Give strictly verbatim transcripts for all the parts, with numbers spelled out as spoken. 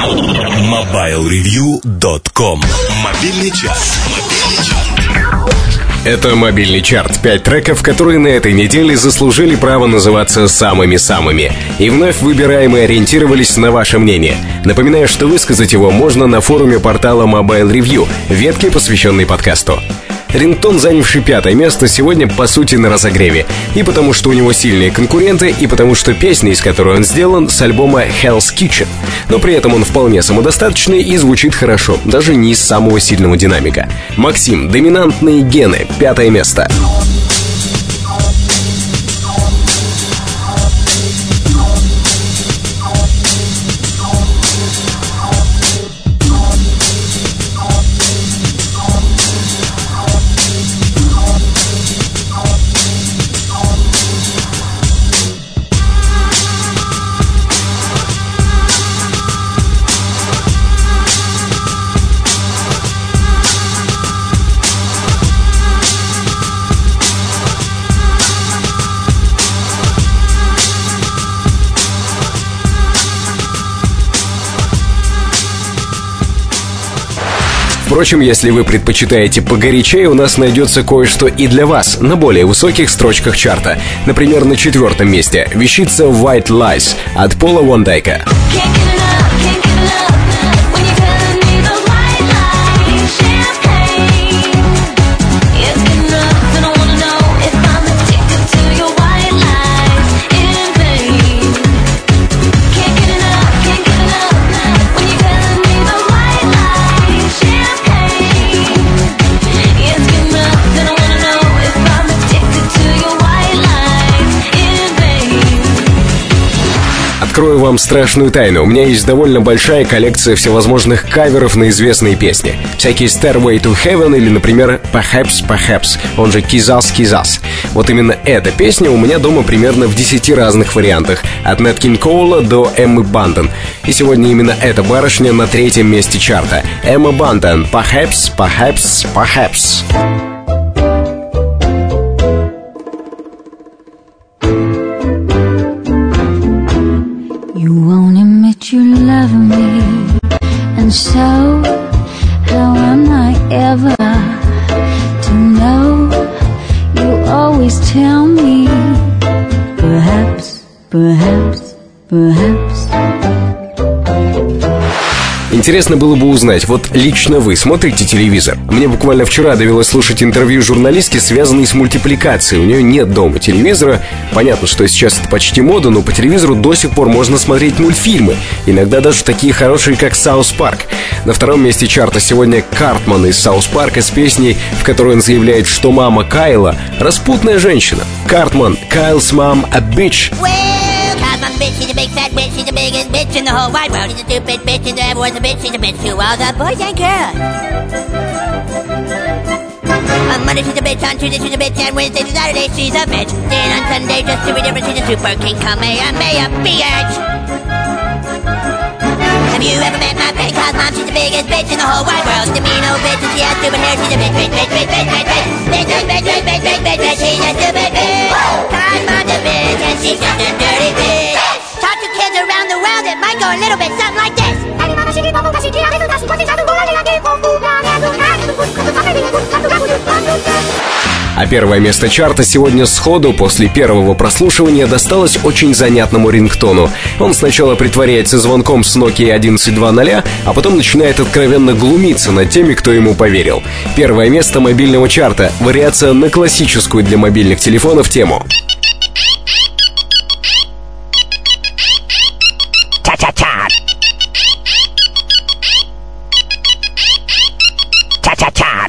мобайл ревью точка ком. Мобильный час. Это мобильный чарт. Пять треков, которые на этой неделе заслужили право называться самыми-самыми. И вновь выбираем и ориентировались на ваше мнение. Напоминаю, что высказать его можно на форуме портала Mobile Review, ветке, посвященной подкасту. Рингтон, занявший пятое место, сегодня по сути на разогреве. И потому что у него сильные конкуренты, и потому что песня, из которой он сделан, с альбома Hell's Kitchen. Но при этом он вполне самодостаточный и звучит хорошо, даже не из самого сильного динамика. Максим, «Доминантные гены», пятое место. Впрочем, если вы предпочитаете погорячее, у нас найдется кое-что и для вас на более высоких строчках чарта. Например, на четвертом месте вещица White Lies от Пола Ван Дайка. Открою вам страшную тайну. У меня есть довольно большая коллекция всевозможных каверов на известные песни. Всякие Stairway to Heaven или, например, Perhaps, Perhaps, он же Кизас, Кизас. Вот именно эта песня у меня дома примерно в десяти разных вариантах. От Нэт Кинг Коула до Эммы Бантон. И сегодня именно эта барышня на третьем месте чарта. Эмма Бантон, Perhaps, Perhaps, Perhaps. You love me, and so how am I ever to know? You always tell me, perhaps, perhaps, perhaps. Интересно было бы узнать, вот лично вы смотрите телевизор? Мне буквально вчера довелось слушать интервью журналистки, связанной с мультипликацией. У нее нет дома телевизора. Понятно, что сейчас это почти мода, но по телевизору до сих пор можно смотреть мультфильмы. Иногда даже такие хорошие, как «Саус Парк». На втором месте чарта сегодня Картман из «Саус Парка» с песней, в которой он заявляет, что мама Кайла — распутная женщина. Картман, «Kyle's mom a bitch». Bitch, she's a big fat bitch, she's the biggest bitch in the whole wide world. She's a stupid bitch, and everyone's a bitch, she's a bitch to all the boys and girls. On Monday she's a bitch, on Tuesday she's a bitch, and Wednesday to Saturday she's a bitch. Then on Sunday just to be different, she's a super king, Kamehameha, bitch. Have you ever met my pretty cos mom? She's the biggest bitch in the whole wide world. She's a mean old bitch, and she has stupid hair, she's a bitch, bitch, bitch, bitch, bitch, bitch, bitch. Bitch, bitch, bitch, bitch, bitch, bitch, bitch, bitch, she's a stupid bitch. Cos mom's a bitch, and she's just a dirty bitch. Talk to kids around the world, it might go a little bit something like this. А первое место чарта сегодня сходу после первого прослушивания досталось очень занятному рингтону. Он сначала притворяется звонком с Nokia одиннадцать два ноль, а потом начинает откровенно глумиться над теми, кто ему поверил. Первое место мобильного чарта. Вариация на классическую для мобильных телефонов тему. Cha-cha-cha. Cha-cha-cha.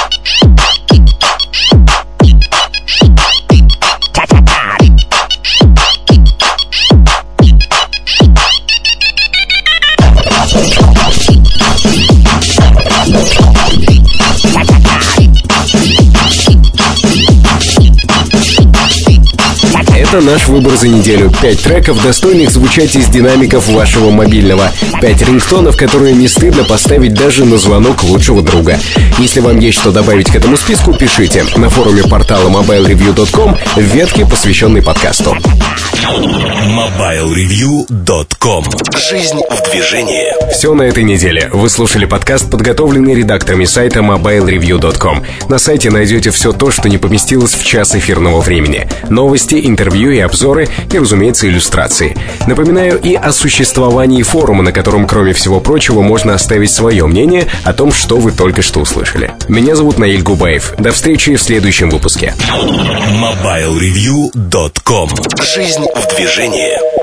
Это наш выбор за неделю. Пять треков, достойных звучать из динамиков вашего мобильного. Пять рингтонов, которые не стыдно поставить даже на звонок лучшего друга. Если вам есть что добавить к этому списку, пишите на форуме портала мобайл ревью точка ком в ветке, посвященной подкасту. мобайл ревью точка ком. Жизнь в движении. Все на этой неделе. Вы слушали подкаст, подготовленный редакторами сайта мобайл ревью точка ком. На сайте найдете все то, что не поместилось в час эфирного времени. Новости, интервью и обзоры, и, разумеется, иллюстрации. Напоминаю и о существовании форума, на котором, кроме всего прочего, можно оставить свое мнение о том, что вы только что услышали. Меня зовут Наиль Губаев. До встречи в следующем выпуске. мобайл ревью точка ком. Жизнь в движении.